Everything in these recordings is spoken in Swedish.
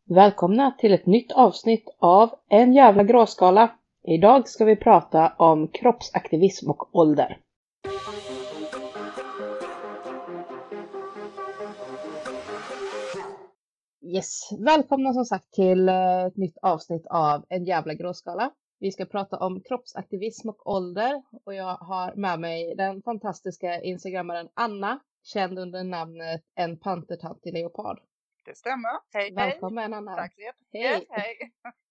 Välkomna till ett nytt avsnitt av En jävla gråskala. Idag ska vi prata om kroppsaktivism och ålder. Yes, välkomna som sagt till ett nytt avsnitt av En jävla gråskala. Vi ska prata om kroppsaktivism och ålder och jag har med mig den fantastiska instagrammaren Anna, känd under namnet En pantertant i leopard. Det stämmer. Hej, Välkommen Anna. Tack så jättemycket. Hej. Hej.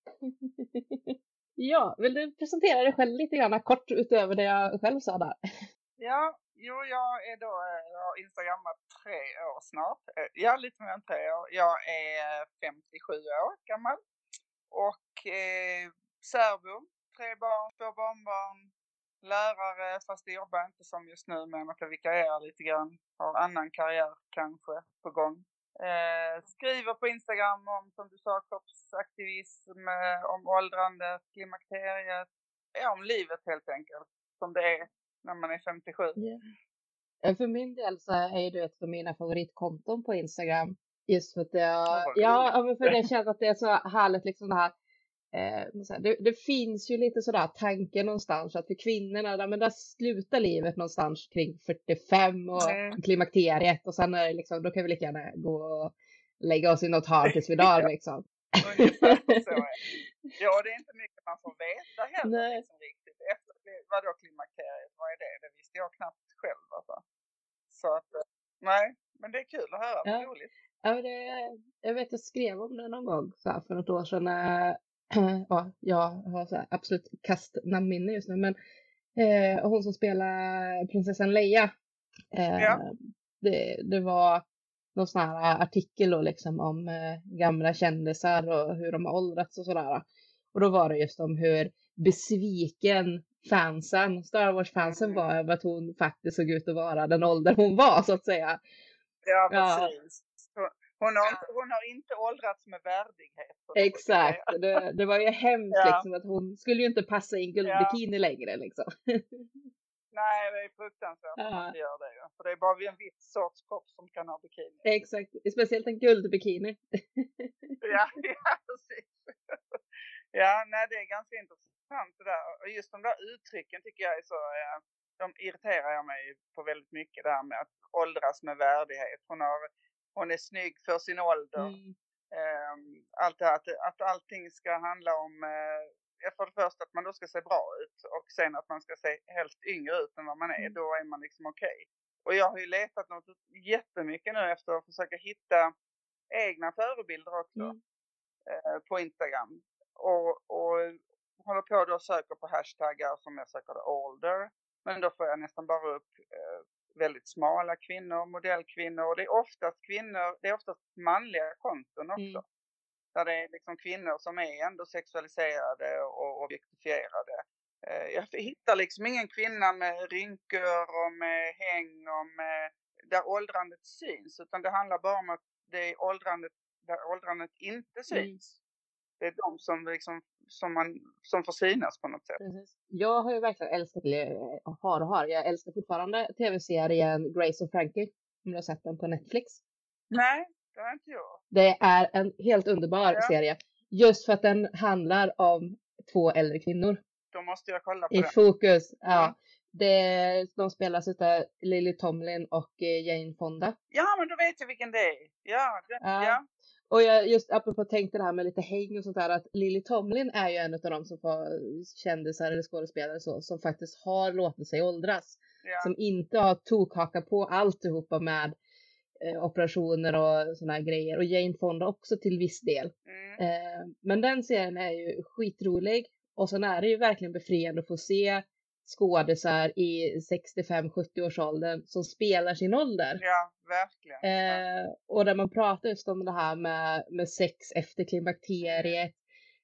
Ja, vill du presentera dig själv lite grann kort utöver det jag själv sa där? Ja, jag är då, jag har instagrammat 3 år snart. Ja, lite mer än 3 år. Jag är 57 år gammal och särbo, 3 barn, 2 barnbarn, lärare, fast det jobbar inte som just nu, men att jag vikarierar lite grann. Har annan karriär kanske på gång. Skriver på Instagram om, som du sa, kroppsaktivism, om åldrandet, klimakteriet, om livet helt enkelt, som det är när man är 57. Yeah. För min del så är det ett av mina favoritkonton på Instagram. Just för att för det känns att det är så härligt liksom det här. Det finns ju lite sådär tanken någonstans att för kvinnorna, men där slutar livet någonstans kring 45 och klimakteriet och sen är det liksom, då kan vi lika gärna gå och lägga oss i något hörn tills vi dör liksom. Ungefär så är det. Ja, det är inte mycket man får veta heller liksom, riktigt. Efter vadå klimakteriet, vad är det? Det visste jag knappt själv alltså. Så att, nej, men det är kul att höra, Ja. roligt. Ja, jag vet jag skrev om det någon gång så här, för något år sedan. Ja, jag har så här, absolut kast namnminne just nu, men hon som spelar prinsessan Leia, det var någon sån här artikel då, liksom om gamla kändisar och hur de har åldrats och sådär. Och då var det just om hur besviken Star Wars-fansen var över att hon faktiskt såg ut att vara den ålder hon var, så att säga. Ja, precis. Hon har inte åldrats med värdighet. Exakt, det var ju hemskt liksom att hon skulle ju inte passa i en guldbikini längre liksom. Nej, det är fruktansvärt att man inte gör det. För det är bara en viss sorts kropp som kan ha bikini. Exakt, speciellt en guldbikini. Ja, precis. Ja, nej, det är ganska intressant det där. Och just de där uttrycken tycker jag är så, de irriterar jag mig på väldigt mycket, där med att åldras med värdighet. Hon är snygg för sin ålder. Allt det här, att allting ska handla om, för det första att man då ska se bra ut och sen att man ska se helt yngre ut än vad man är. Då är man liksom okej. Och jag har ju letat något jättemycket nu efter att försöka hitta egna förebilder också på Instagram. Och håller på då och söker på hashtaggar som jag söker ålder. Men då får jag nästan bara upp väldigt smala kvinnor, modellkvinnor. Och det är oftast manliga konton också. Där det är liksom kvinnor som är ändå sexualiserade och objektifierade. Jag hittar liksom ingen kvinna med rynkor och med häng och med där åldrandet syns. Utan det handlar bara om att det är där åldrandet inte syns. Det är de som liksom, som får synas på något sätt. Precis. Jag har ju verkligen älskat, jag älskar fortfarande tv-serien Grace och Frankie. Om du har sett den på Netflix. Nej, det har inte jag. Det är en helt underbar serie. Just för att den handlar om 2 äldre kvinnor. Då måste jag kolla på i fokus, ja. De spelas utav Lily Tomlin och Jane Fonda. Ja, men då vet jag vilken det är. Ja. Och jag just apropå tänkte det här med lite häng och sånt där, att Lily Tomlin är ju en av dem som får kändisar eller skådespelare som faktiskt har låtit sig åldras. Som inte har tokhakat på alltihopa med operationer och såna här grejer. Och Jane Fonda också till viss del. Men den serien är ju skitrolig. Och sen är det ju verkligen befriande att få se skådisar i 65-70-årsåldern som spelar sin ålder. Ja, verkligen. Och där man pratar just om det här med sex efter klimakteriet.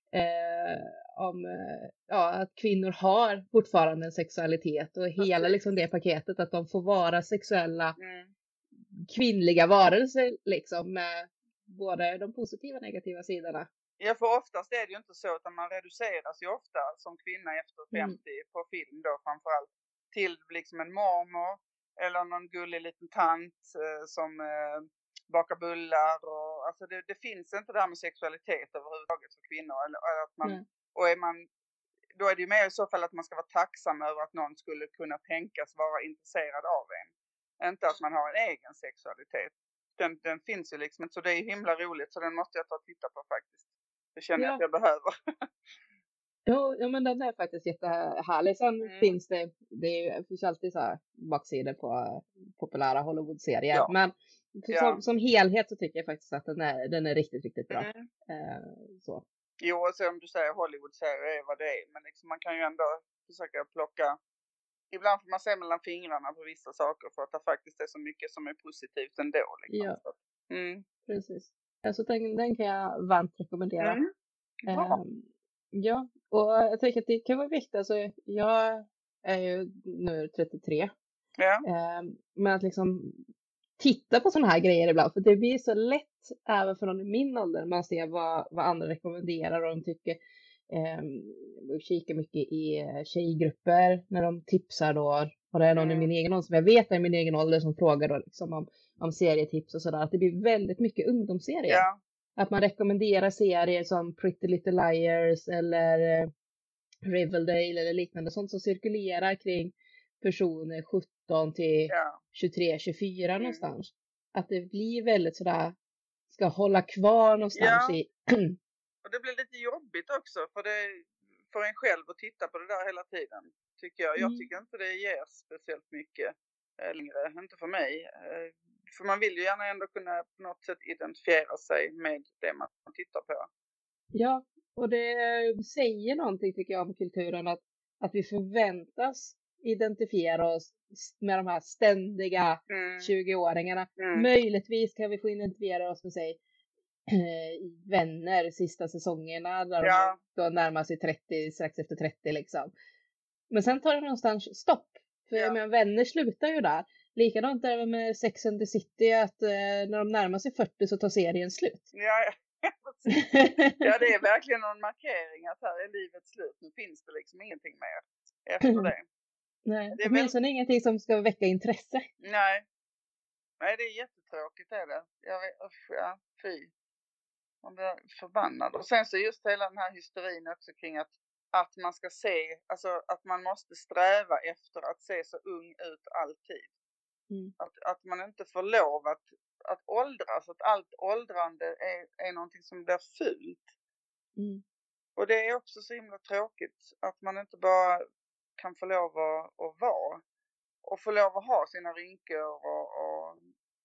Om att kvinnor har fortfarande en sexualitet. Och hela liksom det paketet att de får vara sexuella kvinnliga varelser liksom, med både de positiva och negativa sidorna. Ja, för oftast är det ju inte så, utan man reduceras ju ofta som kvinna efter 50 på film då framförallt till liksom en mormor eller någon gullig liten tant som baka bullar och alltså det finns inte det här med sexualitet överhuvudtaget för kvinnor. Eller att man, och är man, då är det ju mer i så fall att man ska vara tacksam över att någon skulle kunna tänkas vara intresserad av en. Inte att man har en egen sexualitet. Den finns ju liksom inte, så det är himla roligt, så den måste jag ta och titta på faktiskt. Det känner jag att jag behöver. Ja, men den är faktiskt jättehärlig. Sen finns det finns alltid så här baksidor på populära Hollywood-serier. Ja. Men som helhet så tycker jag faktiskt att den är riktigt, riktigt bra. Så. Jo, och så om du säger Hollywood-serier är vad det är. Men liksom man kan ju ändå försöka plocka. Ibland får man se mellan fingrarna på vissa saker för att det faktiskt är så mycket som är positivt ändå. Liksom. Ja, precis. Alltså den kan jag varmt rekommendera. Ja, och jag tänker att det kan vara viktigt. Alltså, jag är ju nu 33. Ja. Men att liksom titta på sådana här grejer ibland. För det blir så lätt även för någon i min ålder. Man ser vad andra rekommenderar och de tycker. Kika mycket i tjejgrupper när de tipsar då. Och det är någon i min egen ålder som jag vet är i min egen ålder som frågar då liksom om serietips och sådär. Att det blir väldigt mycket ungdomsserier. Ja. Att man rekommenderar serier som Pretty Little Liars eller Riverdale eller liknande. Sånt som cirkulerar kring personer 17 till 23-24 någonstans. Att det blir väldigt sådär, ska hålla kvar någonstans i. Och det blir lite jobbigt också för en själv att titta på det där hela tiden. Tycker jag. Jag tycker inte det ger speciellt mycket längre. Inte för mig. För man vill ju gärna ändå kunna på något sätt identifiera sig med det man tittar på. Ja, och det säger någonting tycker jag om kulturen. Att vi förväntas identifiera oss med de här ständiga 20-åringarna. Möjligtvis kan vi få identifiera oss med sig vänner sista säsongerna där de då närmar sig 30, strax efter 30 liksom. Men sen tar det någonstans stopp. För jag menar, vänner slutar ju där. Likadant är det med Sex and the City, att när de närmar sig 40 så tar serien slut. Ja, det är verkligen någon markering att här är livet slut. Nu finns det liksom ingenting mer efter det. Nej, det finns ingenting som ska väcka intresse. Nej, det är jättetråkigt är det. Jag vet, fy. Man blir förbannad. Och sen så just hela den här hysterin också kring att man ska se, alltså att man måste sträva efter att se så ung ut alltid. Att man inte får lov att åldras, att allt åldrande är någonting som blir fult. Och det är också så himla tråkigt att man inte bara kan få lov att vara och få lov att ha sina rynkor och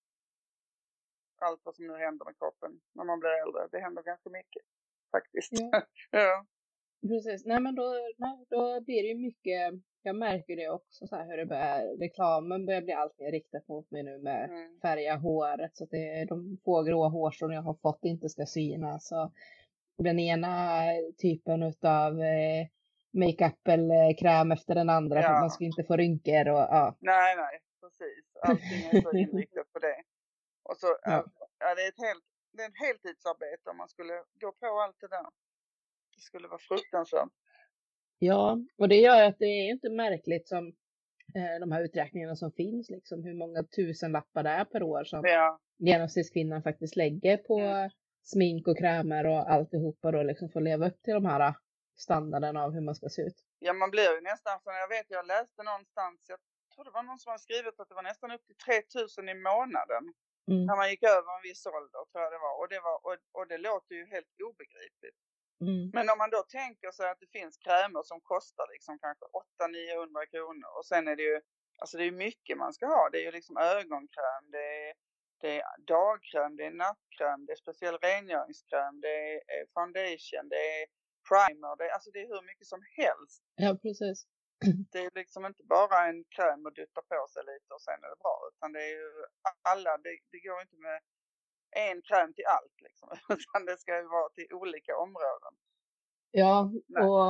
allt vad som nu händer med kroppen när man blir äldre. Det händer ganska mycket faktiskt. Ja. Precis. Nej, men då blir det ju mycket. Jag märker det också så här hur reklamen börjar bli allt mer riktad mot mig nu med färga håret, så att det är de få grå hårstrån jag har fått inte ska synas. Så den ena typen utav makeup eller kräm efter den andra för att man ska inte få rynkor och Nej, precis. Allting är så inriktat på det. Och så det är ett heltidsarbete om man skulle gå på allt det där. Det skulle vara fruktansvärt. Ja, och det gör att det är inte märkligt som de här uträkningarna som finns, liksom hur många tusenlappar det är per år som genomsnittskvinnan faktiskt lägger på smink och krämer och alltihopa då liksom för att leva upp till de här standarderna av hur man ska se ut. Ja, man blir ju nästan, så jag läste någonstans, jag tror det var någon som har skrivit att det var nästan upp till 3000 i månaden när man gick över en viss ålder, tror jag det var. Och det låter ju helt obegripligt. Men om man då tänker sig att det finns krämer som kostar liksom kanske 800-900 kronor. Och sen är det ju, alltså det är mycket man ska ha. Det är ju liksom ögonkräm, det är dagkräm, det är nattkräm, det är speciell rengöringskräm, det är foundation, det är primer, alltså det är hur mycket som helst. Ja, precis. Det är liksom inte bara en kräm att dutta på sig lite och sen är det bra. Utan det är ju det går inte med en kräm till allt liksom. Utan det ska ju vara till olika områden. Ja, och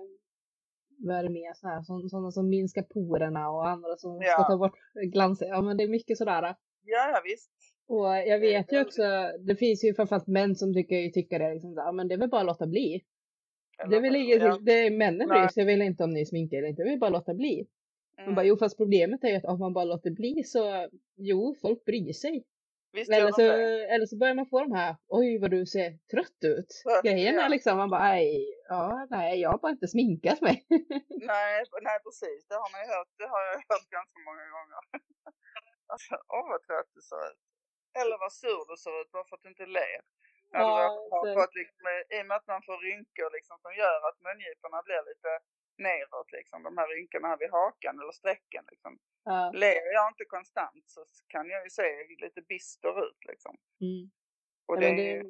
vad är det mer så här? Sådana som minskar porerna och andra som ska ta bort glans. Ja, men det är mycket sådär. Ja, visst. Och jag vet ju också, det finns ju framförallt män som tycker det liksom så här, men det är väl bara att låta bli. Det är väl det är männen bryr sig väl inte om ni sminkar eller inte, det vill bara låta bli. Man bara, fast problemet är ju att om man bara låter bli så, folk bryr sig. Visst gör de det. Eller så börjar man få de här, oj vad du ser trött ut. Grejen är liksom, man bara, nej, jag har bara inte sminkat mig. nej, precis. Det har man ju hört. Det har jag hört ganska många gånger. Alltså, vad trött du ser ut. Eller vad sur du ser ut bara för att du inte ler. När du har fått liksom, i och med att man får rynkor liksom, som gör att mungiporna blir lite neråt liksom. De här rynkorna här vid hakan eller sträcken liksom. Ja. Ler jag inte konstant så kan jag ju se lite bister ut liksom. Mm. Och Ja, det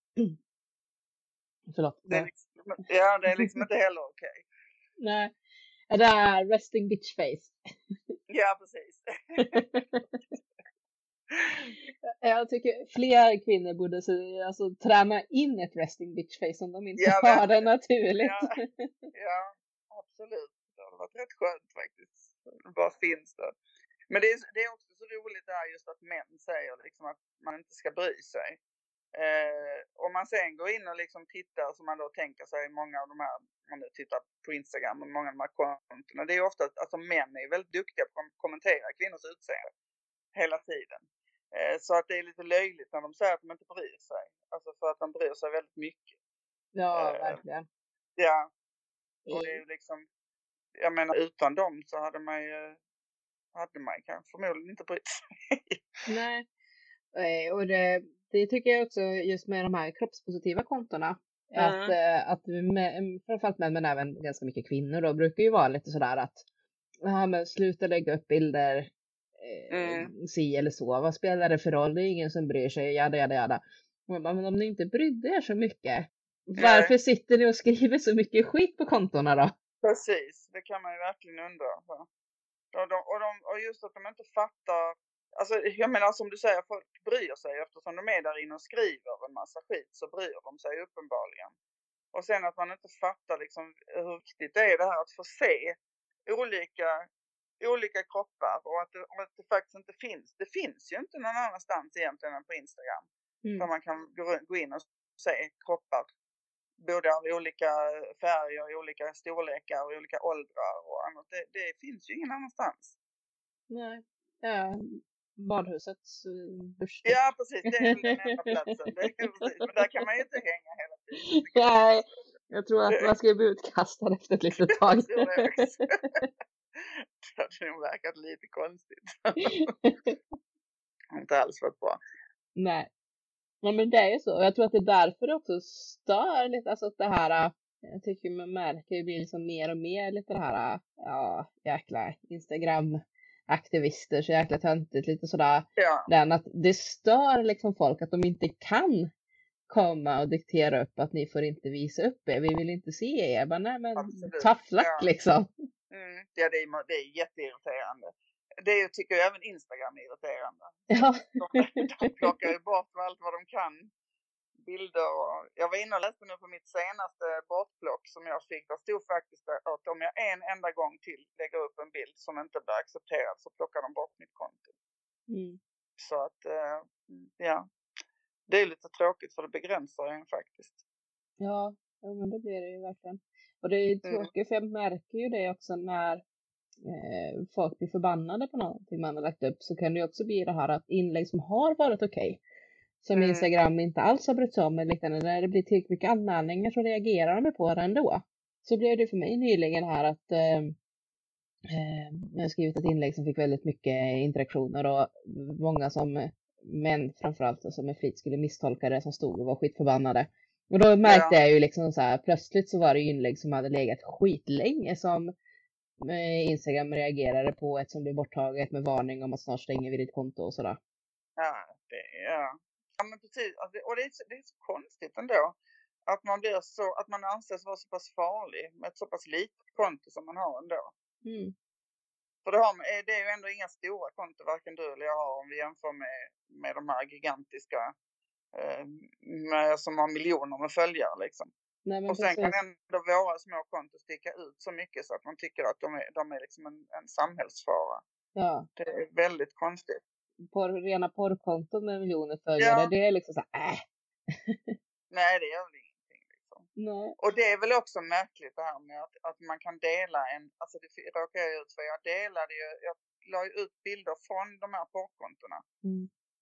Förlåt. det är liksom inte heller okej. Nej. Det är resting bitch face. Ja, precis. Jag tycker fler kvinnor borde träna in ett resting bitch face om de inte har det naturligt. Ja, absolut. Det har varit rätt skönt faktiskt. Vad finns det? Men det är också så roligt där just att män säger liksom att man inte ska bry sig. Om man sen går in och liksom tittar som man då tänker sig många av de här, om man nu tittar på Instagram och många av de här kontona, det är ofta att alltså män är väldigt duktiga på att kommentera kvinnors utseende hela tiden. Så att det är lite löjligt när de säger att de inte bryr sig. Alltså för att de bryr sig väldigt mycket. Ja, verkligen. Ja. Och det är ju liksom, jag menar utan dem så hade man kanske förmodligen inte brytt sig. Nej. Och det tycker jag också just med de här kroppspositiva kontona. Att framförallt män men även ganska mycket kvinnor då brukar ju vara lite sådär att men sluta lägga upp bilder si eller så. Vad spelar det för roll? Det är ingen som bryr sig. Jada. Men om ni inte brydde er så mycket, varför sitter ni och skriver så mycket skit på kontona då? Precis, det kan man ju verkligen undra. Och just att de inte fattar. Alltså jag menar som du säger, folk bryr sig eftersom de är där inne och skriver en massa skit så bryr de sig uppenbarligen. Och sen att man inte fattar liksom hur viktigt det är det här att få se olika kroppar och att det faktiskt inte finns. Det finns ju inte någon annanstans egentligen än på Instagram. Där man kan gå in och se kroppar. Både av olika färger, olika storlekar, olika åldrar och annat. Det finns ju ingen annanstans. Nej, ja, badhusets dusch. Ja, precis. Det är den enda platsen. Det är precis. Men där kan man ju inte hänga hela tiden. Nej, jag tror att man ska bli utkastad efter ett litet tag. Jag tror det också. Det hade nog verkat lite konstigt. Inte alls varit bra. Nej. Men det är ju så. Jag tror att det är därför det också stör lite. Alltså att det här, jag tycker man märker det blir liksom mer och mer lite det här, jäkla Instagram-aktivister så jäkla töntigt lite sådär. Ja. Den att det stör liksom folk att de inte kan komma och diktera upp att ni får inte visa upp er. Vi vill inte se er. Bara, nej men tough luck liksom. Ja, det är jätteirriterande. Det tycker jag även Instagram är irriterande. Ja. De plockar ju bort allt vad de kan. Bilder och... Jag var inne och läste nu på mitt senaste bortplock som jag fick. Där stod faktiskt att om jag en enda gång till lägger upp en bild som inte blir accepterad så plockar de bort mitt konto. Så att, ja. Det är lite tråkigt för det begränsar en faktiskt. Ja, men det blir det ju verkligen. Och det är ju tråkigt för jag märker ju det också när folk blir förbannade på någonting man har lagt upp så kan det ju också bli det här att inlägg som har varit okej. Som Instagram inte alls har brytt sig om eller liknande. När det blir tillräckligt mycket anmälningar så reagerar de på det ändå. Så blev det för mig nyligen här att jag har skrivit ett inlägg som fick väldigt mycket interaktioner och många som män framförallt som med flit skulle misstolka det som stod och var skitförbannade. Och då märkte jag ju liksom så här, plötsligt så var det inlägg som hade legat skitlänge som Instagram reagerade på ett som blev borttaget med varning om att snart stänger vi ditt konto och sådär. Ja, men precis. Och det är så konstigt ändå. Att man blir att man anses vara så pass farlig med ett så pass litet konto som man har ändå. För det är ju ändå inga stora konto varken du eller jag har om vi jämför med de här gigantiska som har miljoner med följare liksom. Nej, och sen kan ändå våra små konton sticka ut så mycket så att man tycker att de är liksom en samhällsfara. Ja. Det är väldigt konstigt. På rena porrkonton med miljoner följare, det är liksom så här, Nej, det är väl ingenting liksom. Nej. Och det är väl också märkligt det här med att man kan dela alltså det råkar jag ut för jag la ju ut bilder från de här porrkontona.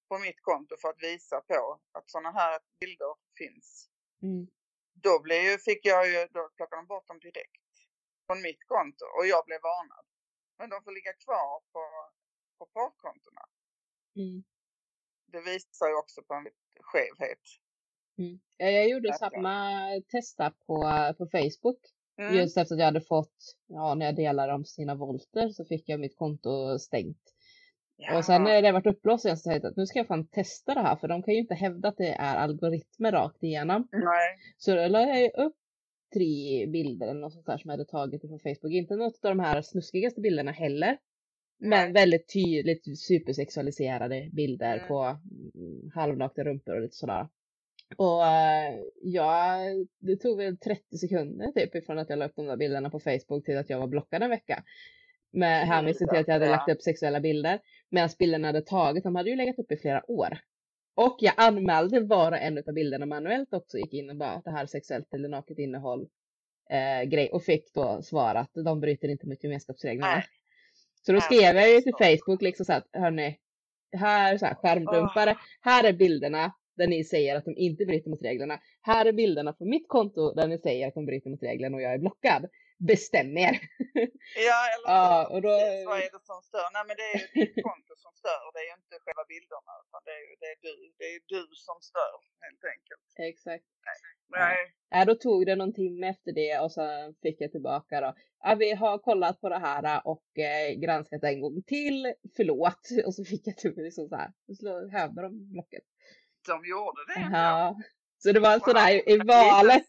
på mitt konto för att visa på att sådana här bilder finns. Då plockade de bort dem direkt från mitt konto och jag blev varnad. Men de får ligga kvar på partkontona. Det visar ju också på en skevhet. Jag gjorde samma testa på Facebook. Just efter att jag hade fått, när jag delade om sina volter så fick jag mitt konto stängt. Ja. Och sen när det varit upplåst igen så tänkte jag att nu ska jag fan testa det här. För de kan ju inte hävda att det är algoritmer rakt igenom. Nej. Så då la jag upp 3 bilder eller något sånt där som jag hade tagit från Facebook. Inte något av de här snuskigaste bilderna heller. Men väldigt tydligt supersexualiserade bilder på halvnakta rumpor och lite sådär. Och det tog väl 30 sekunder typ ifrån att jag la upp de där bilderna på Facebook till att jag var blockad en vecka. Med hänvisning till att jag hade lagt upp sexuella bilder. Medan bilderna hade tagit, de hade ju legat upp i flera år. Och jag anmälde var en av bilderna manuellt också, gick in och bara det här sexuellt eller naket innehåll grej. Och fick då svara att de bryter inte mot gemenskapsreglerna. Så då skrev jag ju till Facebook liksom så att hörni, här så här skärmdumpare, här är bilderna där ni säger att de inte bryter mot reglerna. Här är bilderna på mitt konto där ni säger att de bryter mot reglerna och jag är blockad. Bestäm er. Ja, eller och då... precis, vad är det som stör? Nej, men det är ju ditt konto som stör. Det är ju inte själva bilderna, utan det är du som stör, helt enkelt. Exakt. Nej. Ja, då tog det någon timme efter det och så fick jag tillbaka då. Ja, vi har kollat på det här och granskat en gång till. Förlåt. Och så fick jag typ liksom så här. Så hävde de blocket. De gjorde det ändå. Ja. Så det var sådär i valet.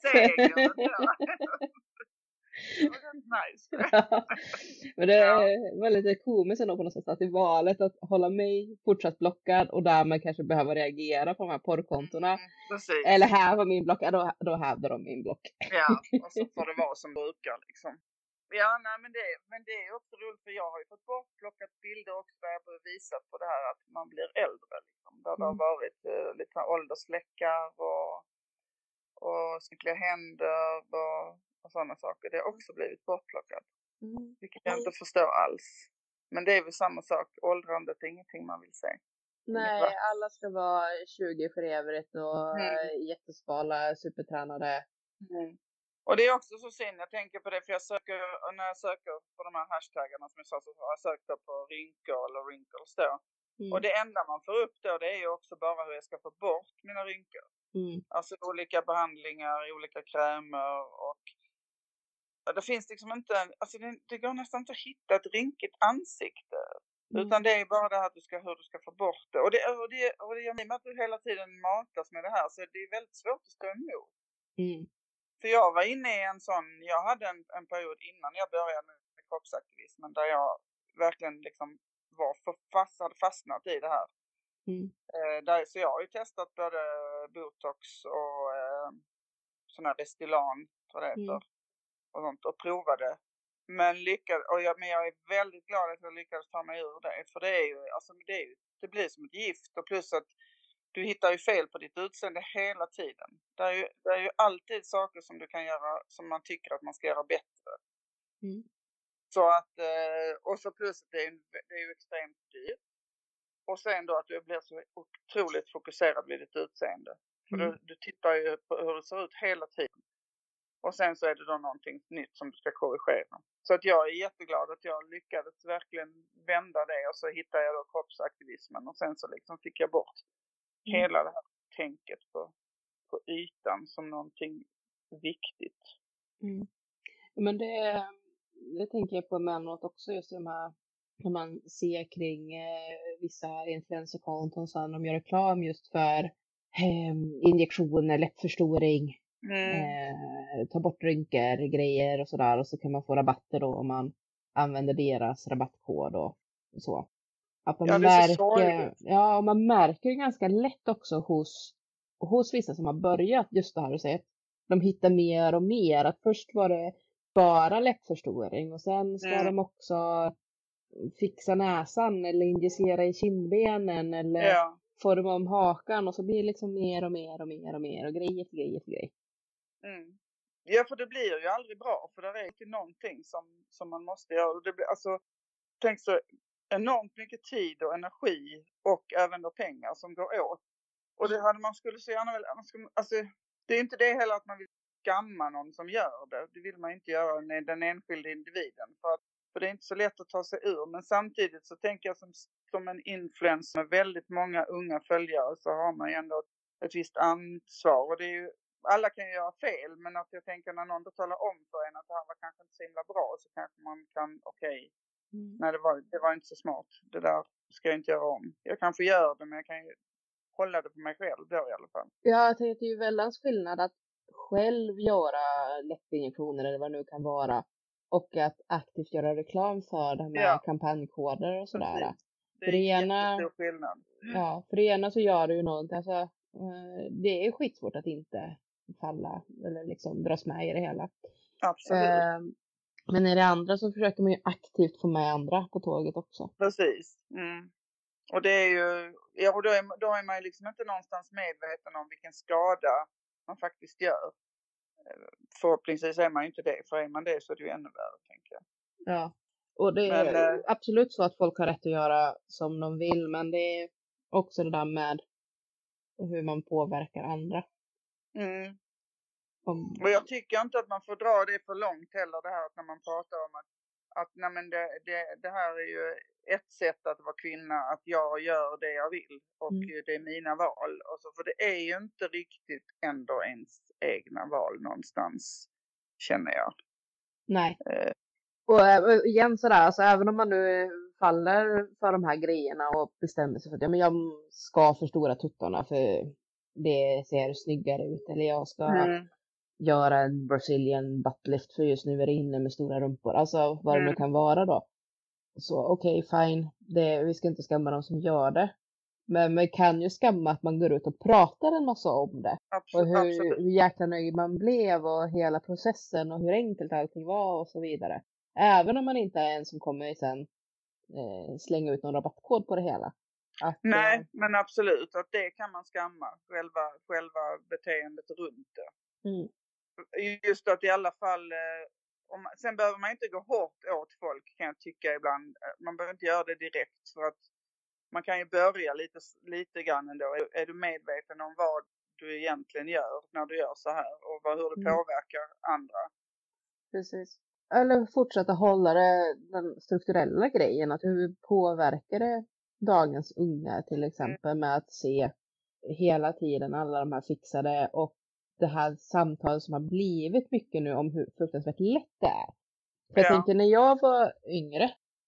Det var rätt nice. Men det var lite komiskt ändå på något sätt att i valet att hålla mig fortsatt blockad och därmed kanske behöva reagera på de här porrkontona. Eller här var min block, då hävde de min block. Ja, och så får det vara som brukar liksom. Ja, nej, men det är också roligt för jag har ju fått bortplockat bilder också där jag har visat på det här att man blir äldre liksom. Där det har varit lite åldersfläckar och skrynkliga händer och sådana saker. Det har också blivit bortplockat. Vilket jag inte förstår alls. Men det är väl samma sak. Åldrandet är ingenting man vill se. Nej, alla ska vara 20 för evigt och jättesvala, supertränade. Och det är också så synd, jag tänker på det för när jag söker på de här hashtaggarna som jag sa så har jag sökt på rynkor eller wrinkles då. Och det enda man får upp då det är ju också bara hur jag ska få bort mina rynkor. Alltså olika behandlingar, olika krämer och det finns liksom inte, alltså det går nästan inte att hitta ett rynkigt ansikte. Utan det är bara det här hur du ska få bort det. Och det gör med att du hela tiden matas med det här så det är väldigt svårt att stå emot. För jag var inne i jag hade en period innan jag började med kroppsaktivismen där jag verkligen liksom hade fastnat i det här. Så jag har ju testat både botox och sån här Restylane tror jag det heter. Och sånt och provade. Men jag är väldigt glad att jag lyckades ta mig ur det. För det blir som ett gift. Och plus att du hittar ju fel på ditt utseende hela tiden. Det är ju alltid saker som du kan göra som man tycker att man ska göra bättre. Så att, och så plus att det är ju extremt dyrt. Och sen då att du blir så otroligt fokuserad vid ditt utseende. För du tittar ju på hur det ser ut hela tiden. Och sen så är det då någonting nytt som du ska korrigera. Så att jag är jätteglad att jag lyckades verkligen vända det. Och så hittade jag då kroppsaktivismen. Och sen så liksom fick jag bort hela det här tänket på ytan som någonting viktigt. Men det tänker jag på emellanåt också just de här när man ser kring vissa influencerkonton så de gör reklam just för injektioner, läppförstoring, ta bort rynkor, grejer och sådär och så kan man få rabatter då om man använder deras rabattkod och så. Att man man märker ju ganska lätt också hos vissa som har börjat just det här och säger att de hittar mer och mer. Att först var det bara läppförstoring och sen ska de också fixa näsan eller injicera i kindbenen eller forma om hakan och så blir det liksom mer och mer och mer och mer och grejer för grejer för grejer. Ja, för det blir ju aldrig bra för det är inte någonting som man måste göra. Det blir, alltså, tänk så enormt mycket tid och energi och även då pengar som går åt. Och det hade man skulle så gärna väl, alltså det är inte det heller att man vill skamma någon som gör det. Det vill man inte göra med den enskilda individen. För det är inte så lätt att ta sig ur. Men samtidigt så tänker jag som en influencer med väldigt många unga följare så har man ju ändå ett visst ansvar. Och det är ju, alla kan ju göra fel. Men att jag tänker när någon då talar om för en att det här var kanske inte så himla bra. Så kanske man kan, nej det var inte så smart. Det där ska jag inte göra om. Jag kanske gör det men jag kan ju hålla det på mig själv då i alla fall. Ja, jag tänker att det är ju väldigt skillnad att själv göra läppinjektioner eller vad det nu kan vara. Och att aktivt göra reklam för det med kampanjkoder och sådär. Precis. Det är jättestor skillnad. Ja, för det ena så gör det ju någonting. Alltså, det är skitsvårt att inte falla eller liksom dras med i det hela. Absolut. Men i det andra så försöker man ju aktivt få med andra på tåget också. Precis. Och det är ju, ja, och då är man ju liksom inte någonstans medveten om vilken skada man faktiskt gör. Förhoppningsvis är man ju inte det, för är man det så är det ju ännu värre, tänker jag. Ja, och det är absolut så att folk har rätt att göra som de vill, men det är också det där med hur man påverkar andra. Och jag tycker inte att man får dra det för långt heller, det här att när man pratar om att nej, men det här är ju ett sätt att vara kvinna, att jag gör det jag vill och det är mina val. Och så, för det är ju inte riktigt ändå ens egna val någonstans, känner jag. Nej. Och igen sådär, alltså även om man nu faller för de här grejerna och bestämmer sig för att jag ska förstora tuttarna för det ser snyggare ut, eller jag ska göra en Brazilian buttlift för just nu är det inne med stora rumpor. Alltså vad det nu kan vara då. Så okej, fine. Vi ska inte skamma de som gör det. Men man kan ju skamma att man går ut och pratar en massa om det. Absolut, och hur jäkla nöjd man blev och hela processen och hur enkelt allting var och så vidare. Även om man inte är en som kommer sen slänga ut någon rabattkod på det hela. Nej, men absolut. Att det kan man skamma. Själva beteendet runt det. Just att i alla fall... sen behöver man inte gå hårt åt folk, kan jag tycka ibland. Man behöver inte göra det direkt. För att man kan ju börja lite grann ändå. Är du medveten om vad du egentligen gör när du gör så här? Och hur det påverkar andra? Precis. Eller fortsätta hålla den strukturella grejen. Att hur påverkar det dagens unga till exempel med att se hela tiden alla de här fixade och det här samtalet som har blivit mycket nu om hur fruktansvärt lätt det är. För jag tänker när jag var yngre,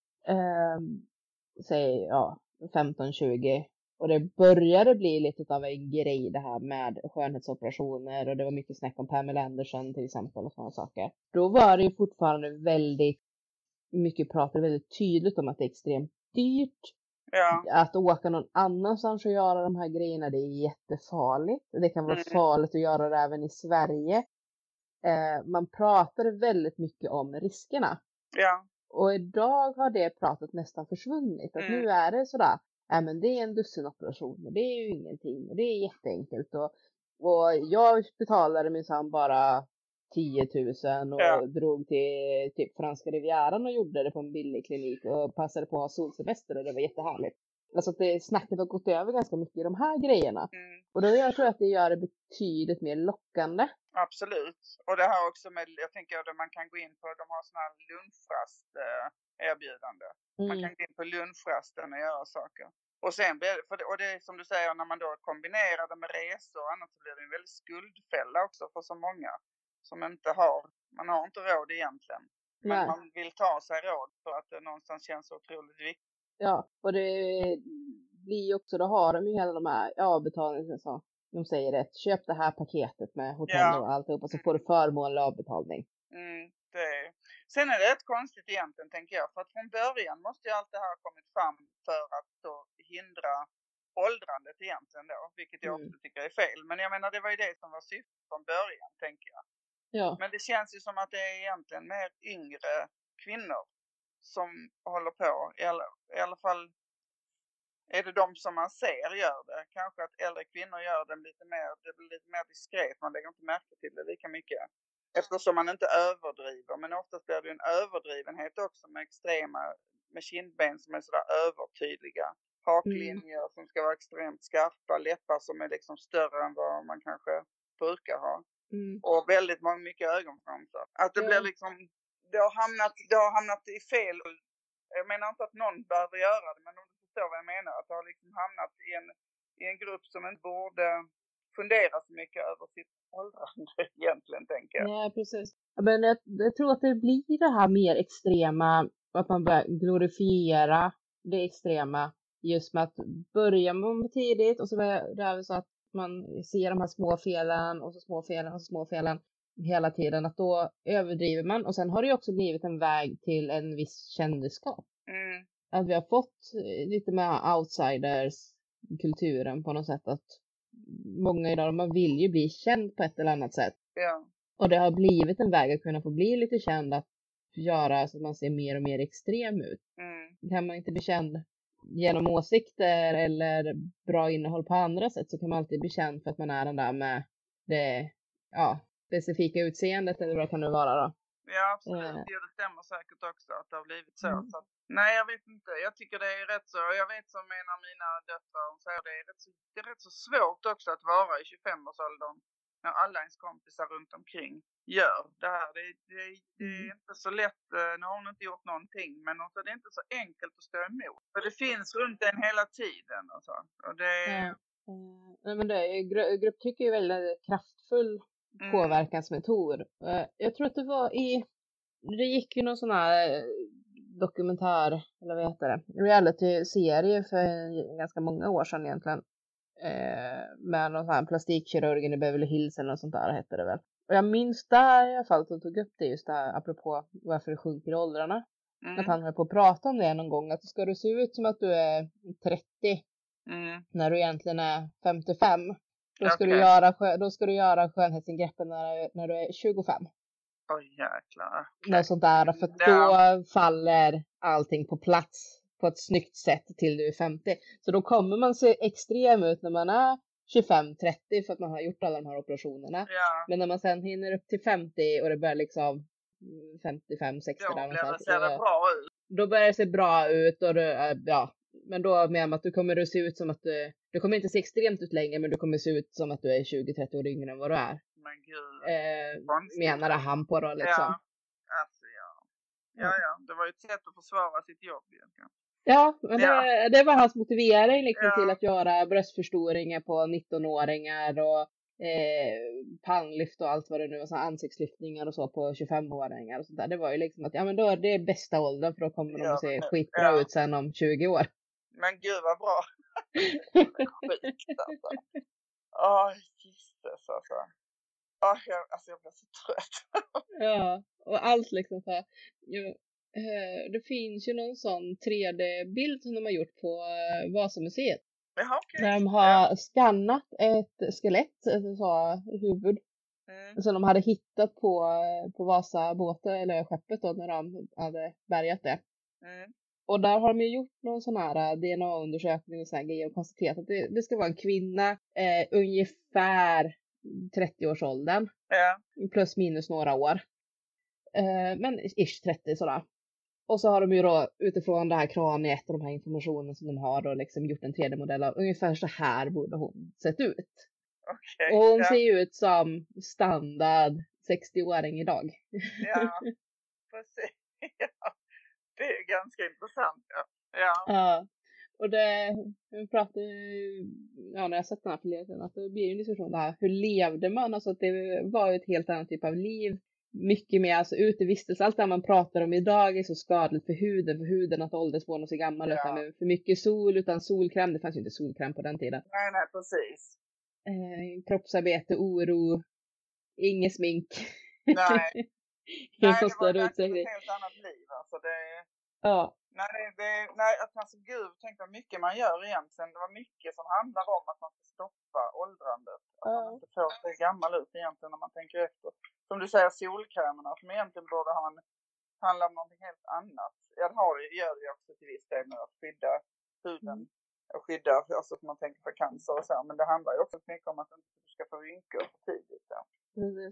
säg 15-20 och det började bli lite av en grej det här med skönhetsoperationer och det var mycket snack om Pamela Anderson till exempel och sådana saker. Då var det ju fortfarande väldigt mycket pratade väldigt tydligt om att det är extremt dyrt. Att åka någon annanstans och göra de här grejerna, det är jättefarligt. Det kan vara farligt att göra det även i Sverige. Man pratade väldigt mycket om riskerna. Och idag har det pratat nästan försvunnit. Att nu är det sådär, men det är en dussinoperation och det är ju ingenting. Och det är jätteenkelt. Och jag betalade minsann bara 10 000 och drog till typ franska rivieran och gjorde det på en billig klinik och passade på att ha solsemester och det var jättehärligt. Alltså att det snacket har gått över ganska mycket i de här grejerna. Och då jag tror att det gör det betydligt mer lockande. Absolut. Och det här också med, jag tänker att man kan gå in på, de har sådana här lunchrast erbjudande. Man kan gå in på lunchrasten och göra saker. Och sen blir det, och det är som du säger, när man då kombinerar det med resor och annat så blir det en väldigt skuldfälla också för så många. Som inte man har inte råd egentligen. Men man vill ta sig råd för att det någonstans känns så otroligt viktigt. Ja, och det blir ju också, då har de ju hela de här avbetalningarna så. De säger det, köp det här paketet med hotell och alltihop och så får du förmånlig avbetalning. Sen är det rätt konstigt egentligen, tänker jag. För att från början måste ju allt det här ha kommit fram för att då hindra åldrandet egentligen då. Vilket jag också tycker är fel. Men jag menar, det var ju det som var syftet från början, tänker jag. Ja. Men det känns ju som att det är egentligen mer yngre kvinnor som håller på. I alla fall är det de som man ser gör det. Kanske att äldre kvinnor gör det det blir lite mer diskret. Man lägger inte märke till det lika mycket. Eftersom man inte överdriver. Men oftast blir det en överdrivenhet också med extrema med kindben som är sådär övertydliga. Haklinjer som ska vara extremt skarpa, läppar som är liksom större än vad man kanske brukar ha. Och väldigt mycket ögonfransar. Att det blir liksom, det har hamnat i fel. Jag menar inte att någon behöver göra det, men om du förstår vad jag menar. Att det har liksom hamnat i en grupp som inte borde fundera så mycket över sitt åldrande egentligen, tänker jag. Ja, precis. Men jag tror att det blir det här mer extrema, att man börjar glorifiera det extrema just med att börja med tidigt och så är det så att man ser de här små felen och så små felen och så små felen hela tiden, att då överdriver man. Och sen har det ju också blivit en väg till en viss kändisskap. Att vi har fått lite med outsiders-kulturen på något sätt, att många idag, man vill ju bli känd på ett eller annat sätt. Ja. Och det har blivit en väg att kunna få bli lite känd, att göra så att man ser mer och mer extrem ut. Kan man inte bli känd genom åsikter eller bra innehåll på andra sätt, så kan man alltid bli känd för att man är den där med det specifika utseendet, eller vad kan det vara då? Ja, absolut. Det stämmer säkert också att det har blivit så. Så att, nej, jag vet inte. Jag tycker det är rätt så. Jag vet som en av mina döttrar, hon säger det är rätt så svårt också att vara i 25-årsåldern när alla ens kompisar runt omkring gör det här. Det är inte så lätt. Nu har hon inte gjort någonting, men också det är inte så enkelt att stå emot. För det finns runt en hela tiden. Alltså. Och det är... men grupptryck är ju väldigt kraftfull påverkansmetod. Jag tror att det gick ju någon sån här dokumentär, eller vad heter det, reality-serie för ganska många år sedan egentligen. Med någon sån här plastikkirurgen i Beverly Hills eller något sånt där hette det väl. Och jag minns där i alla fall att de tog upp det just där, apropå varför det sjunker i åldrarna. Att han höll på att prata om det någon gång, att ska du se ut som att du är 30 när du egentligen är 55, då ska du göra skönhetsingreppen när du är 25. Jäklar. Något sånt där, för då faller allting på plats på ett snyggt sätt till du är 50. Så då kommer man se extrem ut när man är 25-30 för att man har gjort alla de här operationerna. Ja. Men när man sen hinner upp till 50 och det börjar liksom 55-60 där någonstans. Då börjar det se bra ut och men då menar man att du kommer att se ut som att du kommer inte se extremt ut längre, men du kommer se ut som att du är 20-30 år yngre än vad du är. Men gud. Menade han på då liksom. Ja, det var ju ett sätt att försvara sitt jobb egentligen. Ja, men det var hans motivering liksom till att göra bröstförstoringar på 19-åringar och pannlyft och allt vad det nu var, så ansiktslyftningar och så på 25-åringar och sånt där. Det var ju liksom att men då är det bästa åldern, för då kommer de att se skitbra ut sen om 20 år. Men gud vad bra. Sjukt alltså. Jesus alltså. Jag blir så trött. Ja, och allt liksom så här. Det finns ju någon sån 3D-bild som de har gjort på Vasamuseet. Jaha, okay. Där de har skannat ett skelett, ett huvud. Som de hade hittat på Vasabåten eller skeppet då, när de hade bärgat det. Och där har de ju gjort någon sån här DNA-undersökning och sån här grejer och konstaterat att det ska vara en kvinna ungefär 30-årsåldern. Plus minus några år. Men ish 30 sådär. Och så har de ju då utifrån det här kraniet och de här informationen som de har då liksom gjort en 3D-modell av ungefär så här borde hon sett ut. Okay, och hon ser ju ut som standard 60-åring idag. Ja, precis. Ja, det är ganska intressant. Ja. Och vi pratade när jag sett den här filmen, att det blir en diskussion det här, hur levde man? Alltså att det var ju ett helt annat typ av liv. Mycket mer alltså utevistelse. Allt det man pratar om idag är så skadligt för huden att åldras på och se gammal ut. Med för mycket sol utan solkräm. Det fanns ju inte solkräm på den tiden. Nej, precis. Kroppsarbete, oro, inget smink. Nej. Det var ett helt annat liv. Alltså det... Ja. Nej, alltså gud, tänk vad mycket man gör egentligen. Det var mycket som handlar om att man ska stoppa åldrandet. Att man inte får se gammal ut egentligen när man tänker efter. Som du säger, solkrämerna som egentligen borde handla om någonting helt annat. Gör det också till viss del med att skydda huden och skydda, alltså att man tänker på cancer och så. Men det handlar ju också mycket om att du inte ska få rynkor för tidigt. Ja. Precis.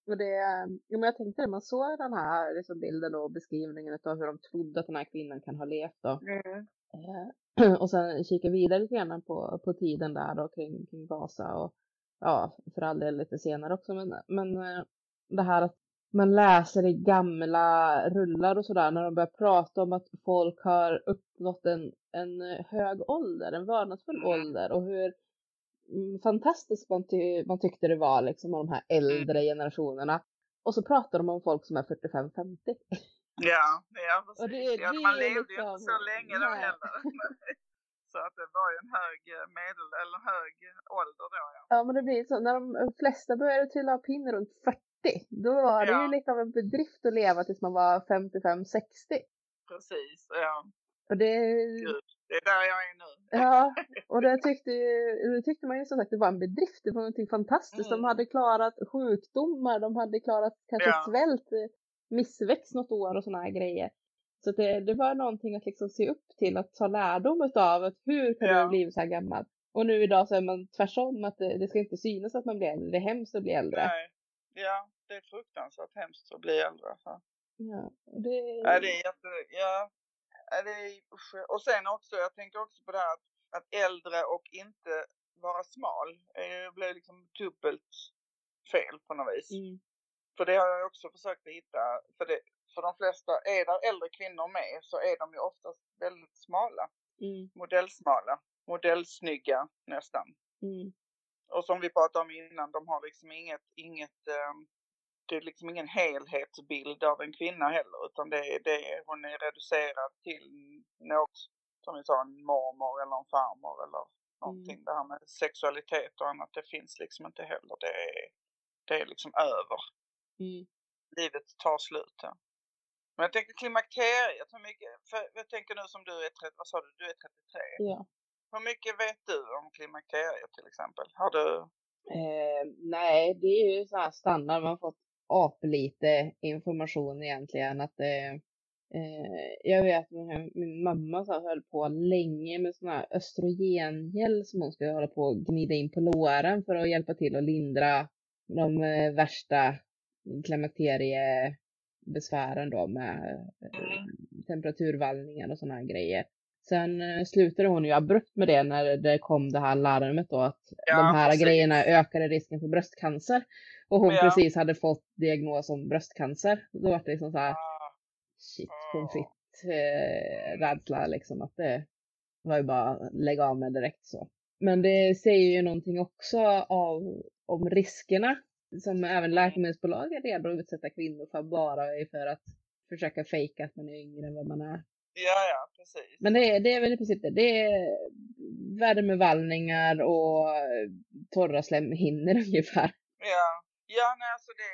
Och det, men jag tänkte det, man såg den här liksom bilden och beskrivningen av hur de trodde att den här kvinnan kan ha levt då. Och sen kika vidare lite grann på tiden där då kring Vasa och ja, för all del lite senare också. Men det här att man läser i gamla rullar och sådär när de börjar prata om att folk har uppnått en hög ålder, en vördnadsfull ålder och hur fantastiskt man tyckte det var liksom om de här äldre generationerna. Och så pratar de om folk som är 45-50. Ja, precis. Och det man levde liksom, ju inte så länge då heller. Så att det var ju en hög hög ålder då. Ja, men det blir så. När de flesta började trilla av pinne runt 40, då var det ju lite av en bedrift att leva tills man var 55-60. Precis, ja. Och det... Gud, det är där jag är nu. Ja, och det tyckte man ju som sagt det var en bedrift. Det var någonting fantastiskt. De hade klarat sjukdomar, de hade klarat kanske svält, missväxt något år och såna här grejer. Så det var någonting att liksom se upp till, att ta lärdom av att hur kan du bli så här gammal. Och nu idag så är man tvärsom, att det ska inte synas att man blir äldre. Det är hemskt att bli äldre. Nej. Ja, det är fruktansvärt hemskt att bli äldre. Så. Ja, det är och sen också, jag tänker också på det här att äldre och inte vara smal blir liksom dubbelt fel på något vis. För det har jag också försökt att hitta. För de flesta, är där äldre kvinnor med så är de ju oftast väldigt smala. Modellsmala. Modellsnygga nästan. Och som vi pratade om innan, de har liksom inget det är liksom ingen helhetsbild av en kvinna heller. Utan hon är reducerad till något, som vi sa, en mormor eller en farmor eller någonting. Det här med sexualitet och annat, det finns liksom inte heller. Det är liksom över. Livet tar slut. Ja. Men jag tänker klimakteriet, hur mycket, för jag tänker nu som du är 30, vad sa du? Du är 33. Ja. Hur mycket vet du om klimakteriet till exempel? Har du? Nej, det är ju så här standard. Man har fått lite information egentligen. Att jag vet att min mamma så höll på länge med sån här östrogengel som hon skulle hålla på att gnida in på låren för att hjälpa till att lindra de värsta klimakteriebesvären då med temperaturvallningar och såna här grejer. Sen slutade hon ju abrupt med det när det kom det här larmet då att de här grejerna ökade risken för bröstcancer. Och hon precis hade fått diagnos om bröstcancer. Då var det liksom så här rädsla liksom, att det var ju bara lägga av med direkt så. Men det säger ju någonting också om riskerna som även läkemedelsbolag är redo att utsätta kvinnor för, bara för att försöka fejka att man är yngre än vad man är. Ja, precis. Men det är väl i princip det. Det är värmevallningar och torra slemhinnor ungefär. Ja, nej,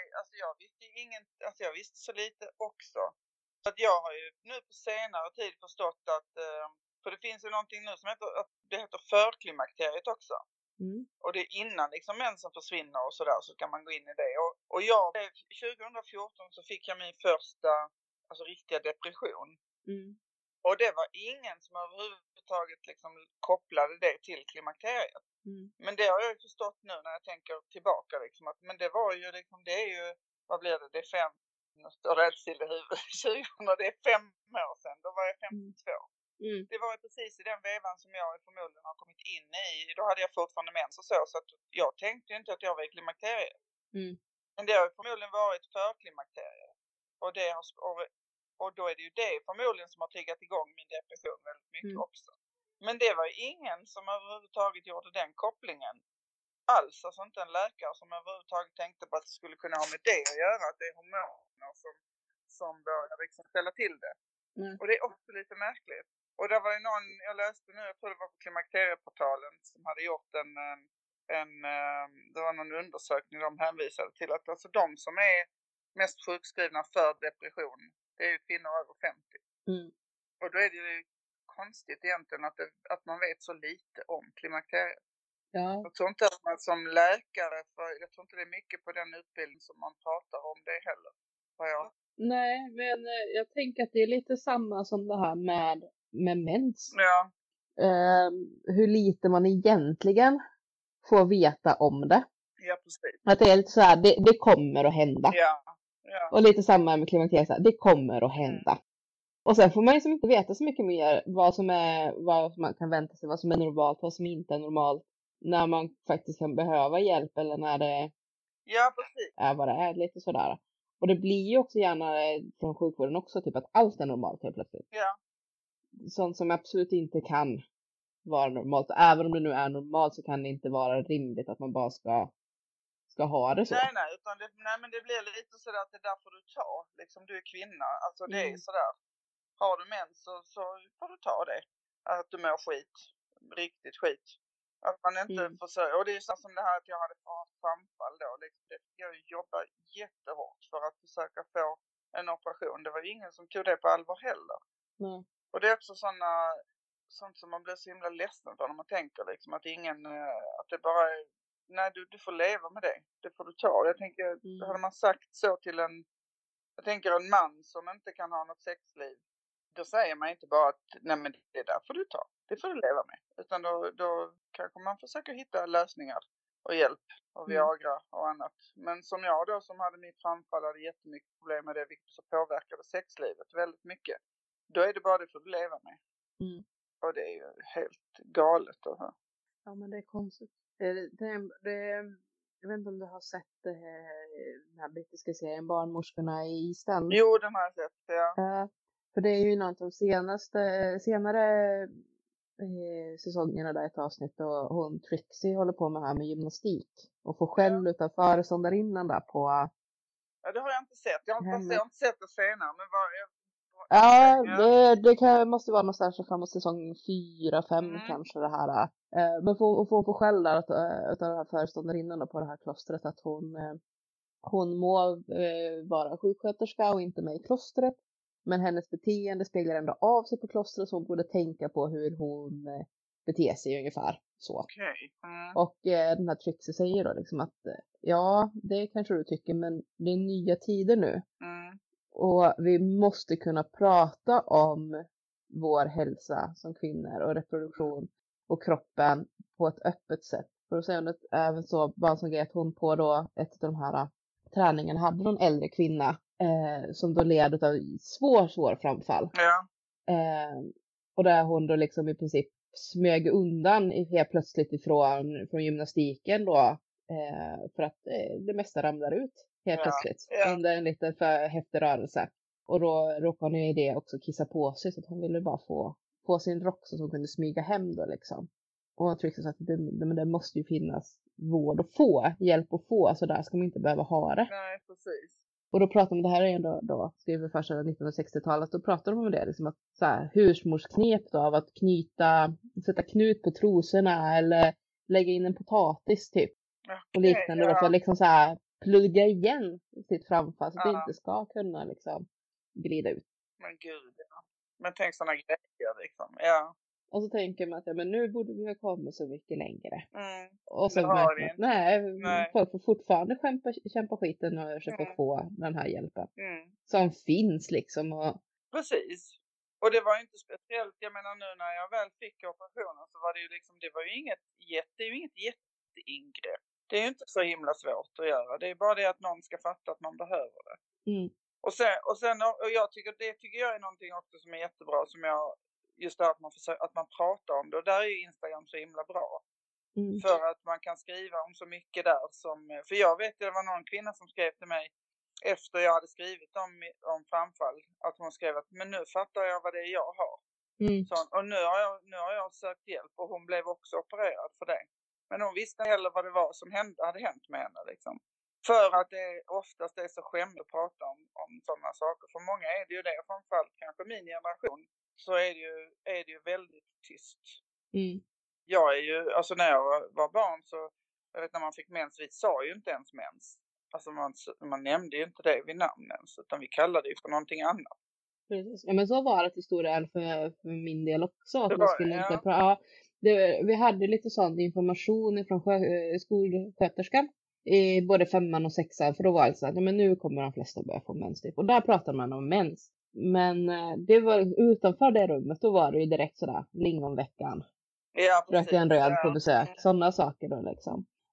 jag visste så lite också. Så att jag har ju nu på senare tid förstått att, för det finns ju någonting nu som heter förklimakteriet också. Och det är innan liksom mensen försvinner och sådär, så kan man gå in i det. Och 2014 så fick jag min första riktiga depression. Och det var ingen som överhuvudtaget liksom kopplade det till klimakteriet. Men det har jag ju förstått nu när jag tänker tillbaka liksom, att men det var ju liksom, det är ju, vad blir det? Det är 5, nu står det helt still i huvudet, 20, det är 5 år sedan, då var jag 52. Det var ju precis i den vevan som jag förmodligen har kommit in i. Då hade jag fortfarande mens och så att jag tänkte ju inte att jag var i klimakteriet. Men det har ju förmodligen varit förklimakteriet. Och då är det ju det förmodligen som har triggat igång min depression väldigt mycket också. Men det var ju ingen som överhuvudtaget gjorde den kopplingen alls. Alltså inte en läkare som överhuvudtaget tänkte på att det skulle kunna ha med det att göra. Att det är hormoner som börjar liksom ställa till det. Och det är också lite märkligt. Och det var ju någon, jag läste nu, jag tror det var på Klimakterieportalen, som hade gjort det var någon undersökning de hänvisade till att alltså de som är mest sjukskrivna för depression, det är ju kvinnor över 50. Och då är det ju konstigt egentligen att man vet så lite om klimakteriet. Ja. Jag tror inte att man som läkare, för jag tror inte det är mycket på den utbildning som man pratar om det heller. Nej, men jag tänker att det är lite samma som det här med mens. Ja. Hur lite man egentligen får veta om det. Ja, precis. Att det är lite så här, det kommer att hända. Ja. Ja. Och lite samma med klimakteriet, så här, det kommer att hända. Och sen får man ju som inte veta så mycket mer vad man kan vänta sig, vad som är normalt, vad som inte är normalt. När man faktiskt kan behöva hjälp eller när det precis. är vad det är, lite sådär. Och det blir ju också gärna från sjukvården också typ att allt är normalt helt plötsligt. Ja. Sånt som absolut inte kan vara normalt. Och även om det nu är normalt så kan det inte vara rimligt att man bara ska ha det så. Nej, utan men det blir lite sådär att det där får du ta. Liksom du är kvinna. Alltså det är sådär. Har du mens så får du ta det. Att du mår skit. Riktigt skit. Att man inte försöker. Och det är så som det här att jag hade fått framfall då. Liksom, det fick jag jobba jättehårt för att försöka få en operation. Det var ju ingen som tog det på allvar heller. Och det är också sånt som man blir så himla ledsen för när man tänker liksom att att det bara är, nej du får leva med det får du ta. Jag tänker, hade man sagt så till jag tänker en man som inte kan ha något sexliv, då säger man inte bara att nej men det där får du ta, det får du leva med. Utan då kanske man försöker hitta lösningar och hjälp och Viagra och annat. Men som jag då som hade mitt framfall hade jättemycket problem med det, vilket så påverkade sexlivet väldigt mycket. Då är det bara det får du leva med. Och det är ju helt galet. Ja men det är konstigt. Jag vet inte om du har sett den här brittiska serien Barnmorskorna i East End. Jo, den har jag sett, ja. För det är ju något av senare säsongerna där ett avsnitt och hon Trixie håller på med här med gymnastik. Och får skäll utav föreståndarinnan där på... Ja, det har jag inte sett. Jag har inte sett det senare, men det måste vara någonstans framåt säsong 4-5 kanske det här. Men hon får skäll där utav den här föreståndarinnan på det här klostret att hon må vara sjuksköterska och inte med i klostret. Men hennes beteende speglar ändå av sig på klostret så hon borde tänka på hur hon beter sig ungefär så. Och den här Trixie säger då liksom att ja, det kanske du tycker men det är nya tider nu. Och vi måste kunna prata om vår hälsa som kvinnor och reproduktion och kroppen på ett öppet sätt. För att säga att även så bara som grej att hon på då ett av de här träningarna hade någon äldre kvinna som då led av svår framfall. Och där hon då liksom i princip smög undan helt plötsligt ifrån gymnastiken då för att det mesta ramlar ut helt plötsligt under en lite för häftig rörelse. Och då råkade hon i det också kissa på sig så att hon ville bara få sin rock så att hon kunde smyga hem då liksom. Och jag tror att det måste ju finnas vård att få, hjälp att få, så där ska man inte behöva ha det. Nej, precis. Och då pratar man, det här är ändå då skriver först 1960-talet, då pratar de om det liksom att så här, husmorsknep då av att sätta knut på trosorna eller lägga in en potatis typ. Och liknande då för att liksom så här plugga igen sitt framfall så att det inte ska kunna liksom glida ut. Men gud, men tänk sådana grejer liksom, ja. Och så tänker man att men nu borde vi ha kommit så mycket längre. Och så märker man att folk får fortfarande kämpa skiten och försöka få den här hjälpen. Som finns liksom. Precis. Och det var ju inte speciellt, jag menar nu när jag väl fick operationen så var det ju liksom, det var ju inget jätteingrepp. Det är ju inte så himla svårt att göra. Det är bara det att någon ska fatta att man behöver det. Och jag tycker jag är någonting också som är jättebra som jag just det att man pratar om det. Och där är ju Instagram så himla bra. För att man kan skriva om så mycket där för jag vet det var någon kvinna som skrev till mig efter jag hade skrivit om framfall att hon skrev att men nu fattar jag vad det är jag har. Så, och nu har jag sökt hjälp och hon blev också opererad för det. Men hon visste heller vad det var som hade hänt med henne liksom. För att det oftast är så skämt att prata om sådana saker. För många är det ju det, framförallt kanske min generation, så är det ju väldigt tyst. Jag är ju, alltså när jag var barn så, jag vet när man fick mens, vi sa ju inte ens mens. Alltså man nämnde ju inte det vid namn ens, utan vi kallade det för någonting annat. Precis. Ja men så var det till stor del för min del också. Att man skulle inte vi hade lite sån information från skolsköterskan i både 5:an och 6:an, för då var det så att men nu kommer de flesta börja få mens typ. Och där pratade man om mens. Men det var utanför det rummet, då var det ju direkt sådär lingonveckan. Ja, precis. Rökte en röd på besök, sådana saker då liksom.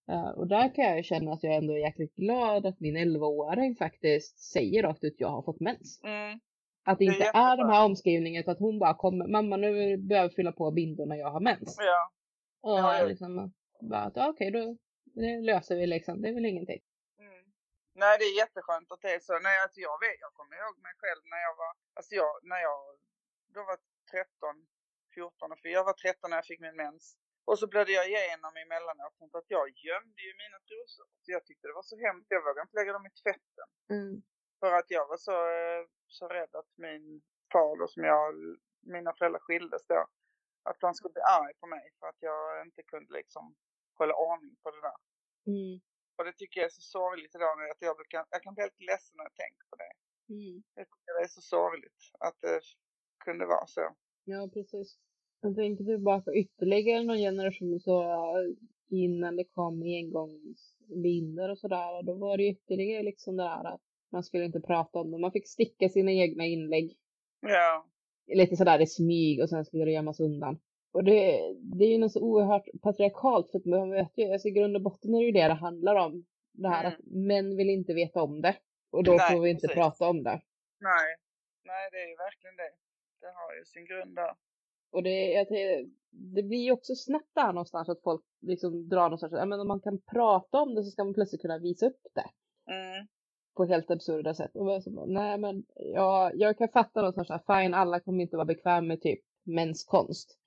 Och där kan jag känna att jag ändå är jäkligt glad att min 11-åring faktiskt säger rakt ut att jag har fått mens. Att det inte är de här omskrivningarna utan att hon bara kommer, mamma nu behöver fylla på bindor när jag har mens. Ja. Och liksom bara att okej, då det löser vi liksom, det är väl ingenting. Nej, det är jätteskönt att det är så. Nej, alltså jag kommer ihåg mig själv när jag var, alltså när jag då var 13, 14 och 4, jag var 13 när jag fick min mens. Och så blödde jag igenom emellanåt för att jag gömde ju mina trosor. Så jag tyckte det var så hemskt, jag vågade inte lägga dem i tvätten. För att jag var så rädd att min far då, mina föräldrar skildes då, att han skulle bli arg på mig för att jag inte kunde liksom hålla ordning på det där. Och det tycker jag är så sorgligt idag när jag kan bli helt ledsen när jag tänker på det. Jag tycker det är så sorgligt att det kunde vara så. Ja, precis. Jag tänker tillbaka ytterligare någon generation så innan det kom engångsbindor och sådär. Då var det ytterligare liksom det där att man skulle inte prata om det. Man fick sticka sina egna inlägg. Ja. Lite sådär i smyg och sen skulle det gömmas undan. Och det är ju något så oerhört patriarkalt för att man vet ju, alltså i grund och botten är det ju det handlar om. Det här att män vill inte veta om det. Och då får vi inte prata om det. Nej, det är ju verkligen det. Det har ju sin grund där. Och det blir ju också snett där någonstans att folk liksom drar någonstans. Ja, men om man kan prata om det så ska man plötsligt kunna visa upp det. På helt absurda sätt. Och så, nej men jag kan fatta någonstans att fine, alla kommer inte vara bekväm med typ menskonst.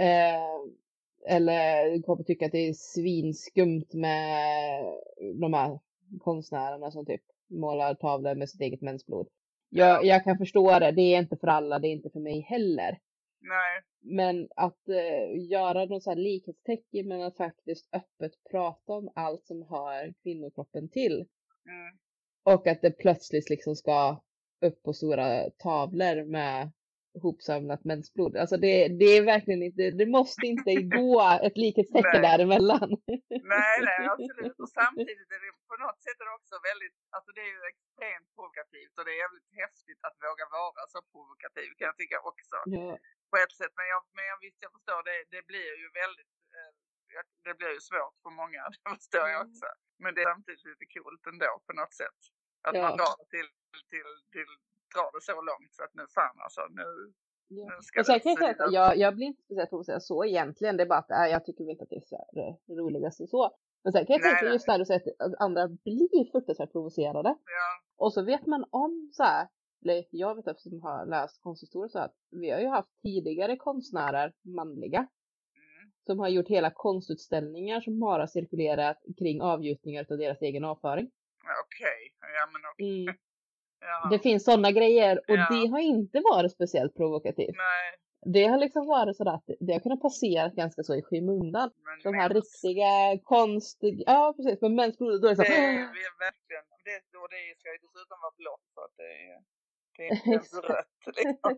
Eller kommer tycka att det är svinskumt med de här konstnärerna som typ målar tavlor med sitt eget mensblod. Jag kan förstå det. Det är inte för alla, det är inte för mig heller. Nej. Men att göra någon sån här likhetstecken men att faktiskt öppet prata om allt som hör kvinnokroppen till. Och att det plötsligt liksom ska upp på stora tavlor med hopsamlat mensblod. Alltså det är verkligen inte, det måste inte gå ett likhetstecken däremellan. Nej, absolut. Och samtidigt är det på något sätt också väldigt, alltså det är ju extremt provokativt och det är jävligt häftigt att våga vara så provokativ kan jag tycka också. Ja. På ett sätt, men jag förstår, det blir ju väldigt, det blir ju svårt för många, det förstår jag också. Men det är samtidigt lite coolt ändå på något sätt. Att man drar det drar det så långt så att nu fan alltså, nu ska och sen kan jag säga att jag blir inte speciellt provocerad så egentligen. Det är bara att jag tycker inte att det är så roligast och så. Men sen kan jag tänka just där du säger att andra blir fruktansvärt provocerade. Ja. Och så vet man om så här, eller jag vet eftersom jag har läst konsthistoria så att vi har ju haft tidigare konstnärer, manliga, som har gjort hela konstutställningar som bara cirkulerat kring avgjutningar av deras egen avföring. Okej. Ja, men okej. Ja. Det finns sådana grejer och det har inte varit speciellt provokativt. Nej. Det har liksom varit sådär att det har kunnat passera ganska så i skymundan. De här riktiga ja precis, men mensblod då är det så. Det är verkligen, det ska ju dessutom vara blått för att det är inte ens rött liksom.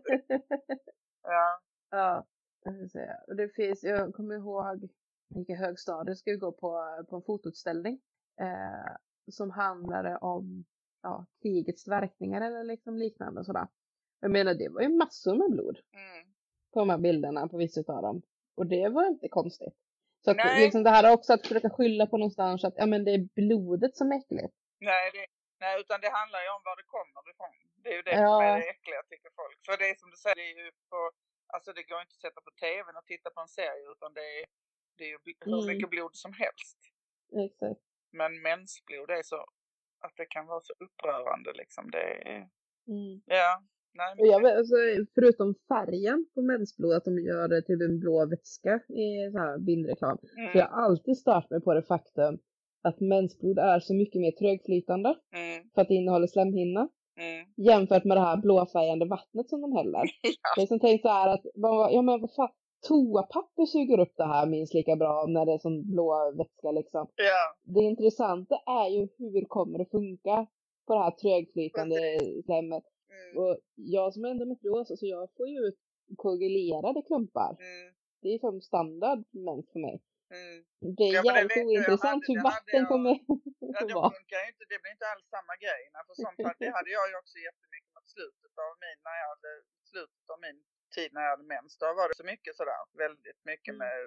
Ja, och det finns, jag kommer ihåg i högstadiet ska vi gå på en fotoutställning som handlade om krigets verkningar eller liksom liknande och sådär. Jag menar det var ju massor med blod på de här bilderna på vissa av dem. Och det var inte konstigt. Så att, liksom det här också att försöka skylla på någonstans att det är blodet som är äckligt. Nej, utan det handlar ju om var det kommer ifrån. Det är ju det som är det äckliga tycker folk. För det är som du säger, det är ju alltså det går inte att sätta på tvn och titta på en serie utan det är ju hur mycket blod som helst. Exakt. Men mensblod är så att det kan vara så upprörande liksom. Det är och jag vet, alltså, förutom färgen på mensblod att de gör det till en blå vätska i så här bindreklam. Så jag har alltid stört mig på det faktum att mensblod är så mycket mer trögflytande för att det innehåller slemhinna jämfört med det här blåfärgande vattnet som de häller. Det är som tänkt så här att men vad fan, toapapper suger upp det här minst lika bra när det är som blå vätska liksom. Det intressanta är ju hur kommer det funka på det här trögflytande slemmet. Och jag som är endometrios, så jag får ju ut koagulerade klumpar. Det är som standard mens för mig. Det är jävligt ointressant hur vatten kommer det blir inte alls samma grej. För sånt det hade jag ju också jättemycket mot slutet av min tid när jag hade mens. Då var det så mycket sådär, väldigt mycket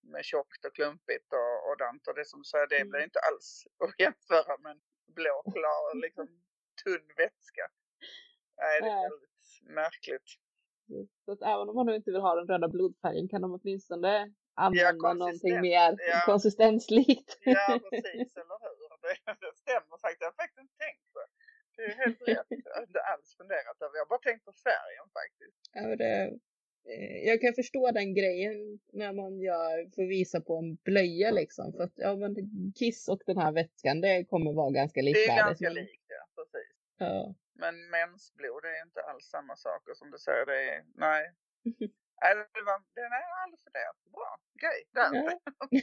med tjockt och klumpigt och dant. Och det som du säger, det blir inte alls att jämföra med en blå, klar, liksom tunn vätska. Nej, det är väldigt märkligt. Så att även om man nu inte vill ha den röda blodfärgen kan de åtminstone använda någonting mer konsistenslikt. Ja, precis, eller hur? Det stämmer faktiskt. Jag har faktiskt inte tänkt på. Det är helt rätt. Jag har inte alls funderat över. Jag har bara tänkt på färgen faktiskt. Ja, jag kan förstå den grejen när man får visa på en blöja liksom. För att men kiss och den här vätskan, det kommer vara ganska likvärdigt. Det är ganska likt, ja, precis. Ja. Men mensblod är inte alls samma saker som du säger. Det är, nej. Den är aldrig för det. Bra grej. Ja.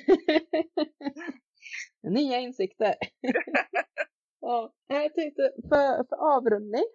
Nya insikter. Ja, jag tänkte för avrundning.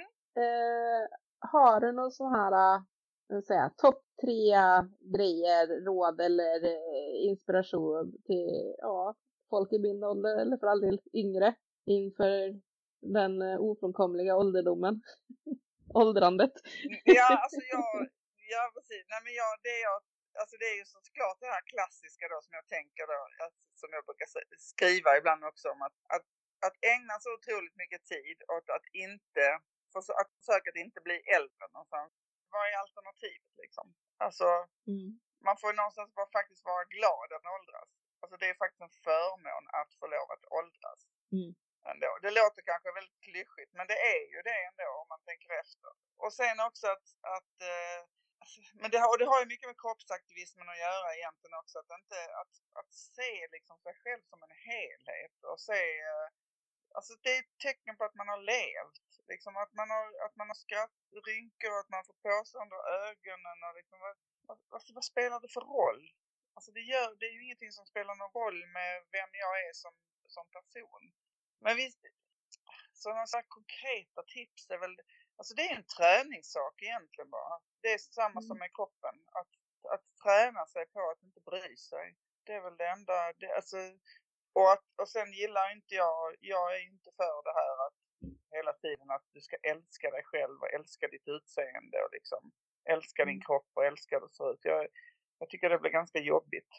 Har du någon sån här topp 3 grejer, råd eller inspiration till folk i min ålder eller för all del yngre inför den ofrånkomliga ålderdomen? Åldrandet. Ja, alltså precis. Nej, men det är ju såklart det här klassiska då som jag tänker då, som jag brukar skriva ibland också om att ägna så otroligt mycket tid åt att försöka att inte bli äldre någonstans. Vad är alternativet liksom? Alltså, man får någonstans faktiskt vara glad att åldras. Alltså det är faktiskt en förmån att få lov att åldras. Ändå. Det låter kanske väldigt klyschigt, men det är ju det ändå om man tänker efter. Och sen också men det har ju mycket med kroppsaktivismen att göra egentligen också. Att se liksom sig själv som en helhet och se, alltså det är ett tecken på att man har levt. Liksom att man har skrattrynkor och att man får påsar under ögonen och liksom, vad spelar det för roll? Alltså det är ju ingenting som spelar någon roll med vem jag är som person. Men visst, sådana så konkreta tips är väl, alltså det är en träningssak egentligen bara. Det är samma som med kroppen. Att träna sig på att inte bry sig. Det är väl det enda. Och sen gillar inte jag är inte för det här att hela tiden att du ska älska dig själv och älska ditt utseende och liksom älska din kropp och älska hur det ser ut. Jag tycker det blir ganska jobbigt.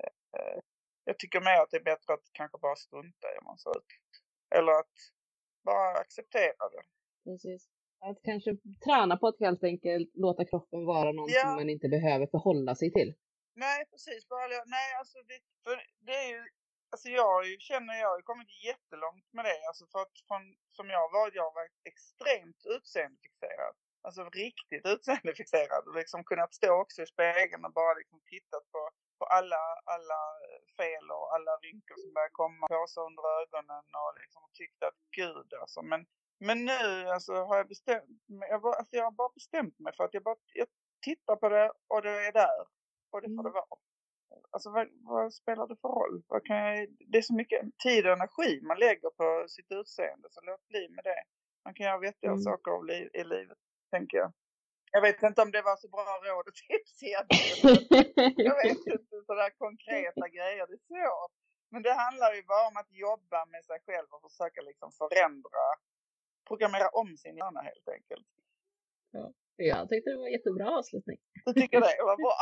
Jag tycker mer att det är bättre att kanske bara strunta i hur man ser ut. Eller att bara acceptera det. Precis. Att kanske träna på att helt enkelt låta kroppen vara något som man inte behöver förhålla sig till. Nej, precis. Alltså det är ju, alltså jag har kommit jättelångt med det. Alltså för att som jag var extremt utseendefixerad. Alltså riktigt utseendefixerad. Och liksom kunnat stå också i spegeln och bara liksom tittat på alla fel och alla rynkor som börjar komma på sig under ögonen och liksom tyckt att gud alltså. Men nu alltså har jag jag har bara bestämt mig för att jag tittar på det och det är där och det får det vara. Alltså vad spelar det för roll? Det är så mycket tid och energi man lägger på sitt utseende, så låt bli med det. Man kan göra vettiga saker i livet, tänker jag. Jag vet inte om det var så bra råd och tips egentligen. Jag vet inte, sådär konkreta grejer, det är svårt. Men det handlar ju bara om att jobba med sig själv och försöka liksom programmera om sin hjärna helt enkelt. Ja, jag tyckte det var en jättebra avslutning. Du tycker det var bra?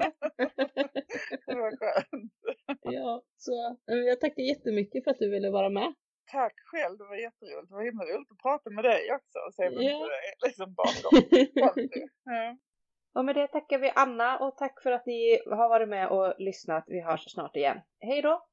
Det var skönt. Ja, så jag tackar jättemycket för att du ville vara med. Tack själv, det var jätteroligt. Det var himla roligt att prata med dig också och se vad det är liksom bakom. Ja. Och med det tackar vi Anna och tack för att ni har varit med och lyssnat. Vi hörs snart igen. Hej då!